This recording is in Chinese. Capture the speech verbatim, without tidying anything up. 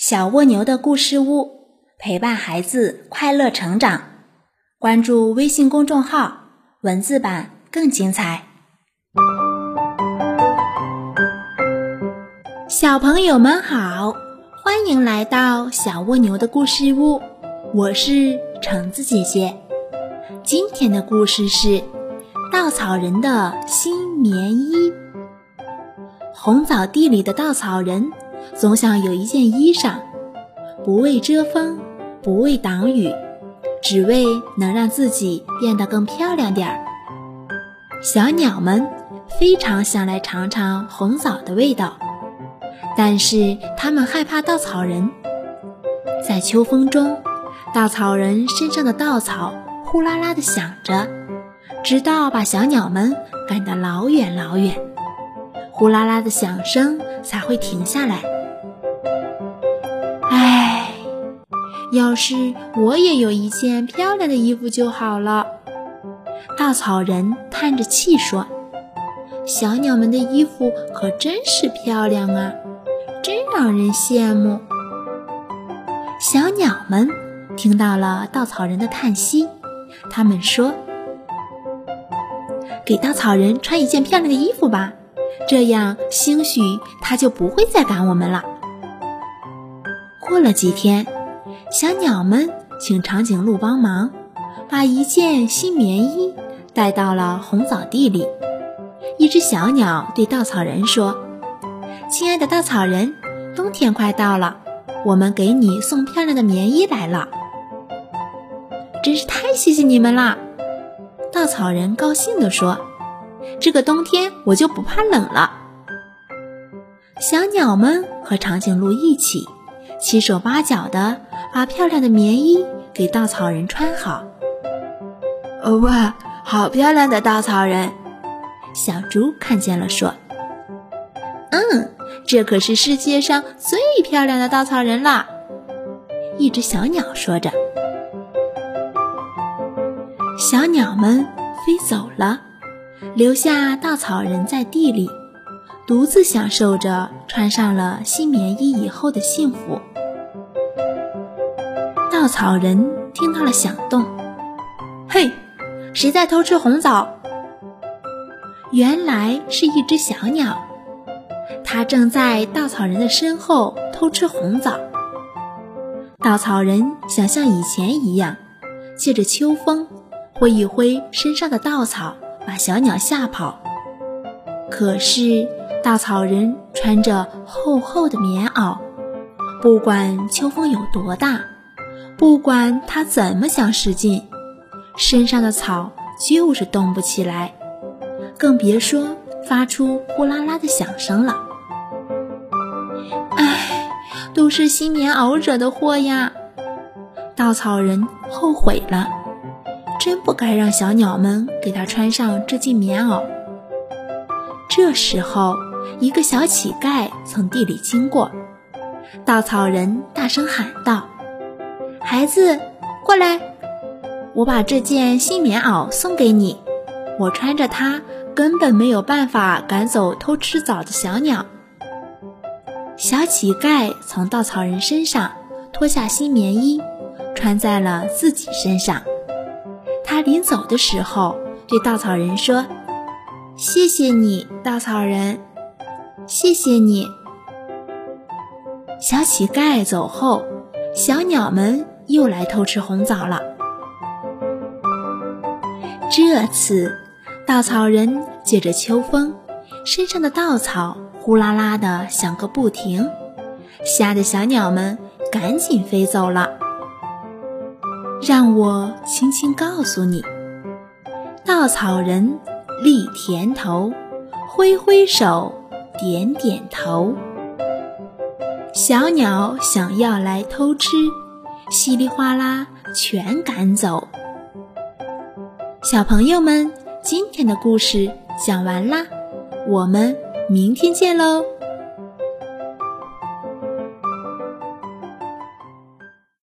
小蜗牛的故事屋，陪伴孩子快乐成长。关注微信公众号，文字版更精彩。小朋友们好，欢迎来到小蜗牛的故事屋，我是橙子姐姐。今天的故事是稻草人的新棉衣。红枣地里的稻草人总想有一件衣裳，不为遮风，不为挡雨，只为能让自己变得更漂亮点儿。小鸟们非常想来尝尝红枣的味道，但是它们害怕稻草人。在秋风中，稻草人身上的稻草呼啦啦地响着，直到把小鸟们赶得老远老远，呼啦啦的响声才会停下来。唉，要是我也有一件漂亮的衣服就好了。稻草人叹着气说，小鸟们的衣服可真是漂亮啊，真让人羡慕。小鸟们听到了稻草人的叹息，他们说，给稻草人穿一件漂亮的衣服吧，这样兴许他就不会再赶我们了。过了几天，小鸟们请长颈鹿帮忙，把一件新棉衣带到了红枣地里。一只小鸟对稻草人说，亲爱的稻草人，冬天快到了，我们给你送漂亮的棉衣来了。真是太谢谢你们啦！稻草人高兴地说，这个冬天我就不怕冷了。小鸟们和长颈鹿一起七手八脚地把漂亮的棉衣给稻草人穿好。哦哇，好漂亮的稻草人！小猪看见了说，嗯，这可是世界上最漂亮的稻草人啦。一只小鸟说着。小鸟们飞走了，留下稻草人在地里，独自享受着穿上了新棉衣以后的幸福。稻草人听到了响动，嘿，谁在偷吃红枣？原来是一只小鸟，它正在稻草人的身后偷吃红枣。稻草人想像以前一样，借着秋风挥一挥身上的稻草，把小鸟吓跑。可是稻草人穿着厚厚的棉袄，不管秋风有多大，不管他怎么想使劲，身上的草就是动不起来，更别说发出呼啦啦的响声了。唉，都是新棉袄惹的祸呀！稻草人后悔了，真不该让小鸟们给他穿上这件棉袄。这时候，一个小乞丐从地里经过，稻草人大声喊道，孩子，过来，我把这件新棉袄送给你，我穿着它根本没有办法赶走偷吃枣的小鸟。小乞丐从稻草人身上脱下新棉衣，穿在了自己身上。他临走的时候对稻草人说，谢谢你，稻草人，谢谢你。小乞丐走后，小鸟们又来偷吃红枣了。这次稻草人借着秋风，身上的稻草呼啦啦地响个不停，吓得小鸟们赶紧飞走了。让我轻轻告诉你，稻草人立田头，挥挥手，点点头。小鸟想要来偷吃，稀里哗啦全赶走。小朋友们，今天的故事讲完啦，我们明天见喽。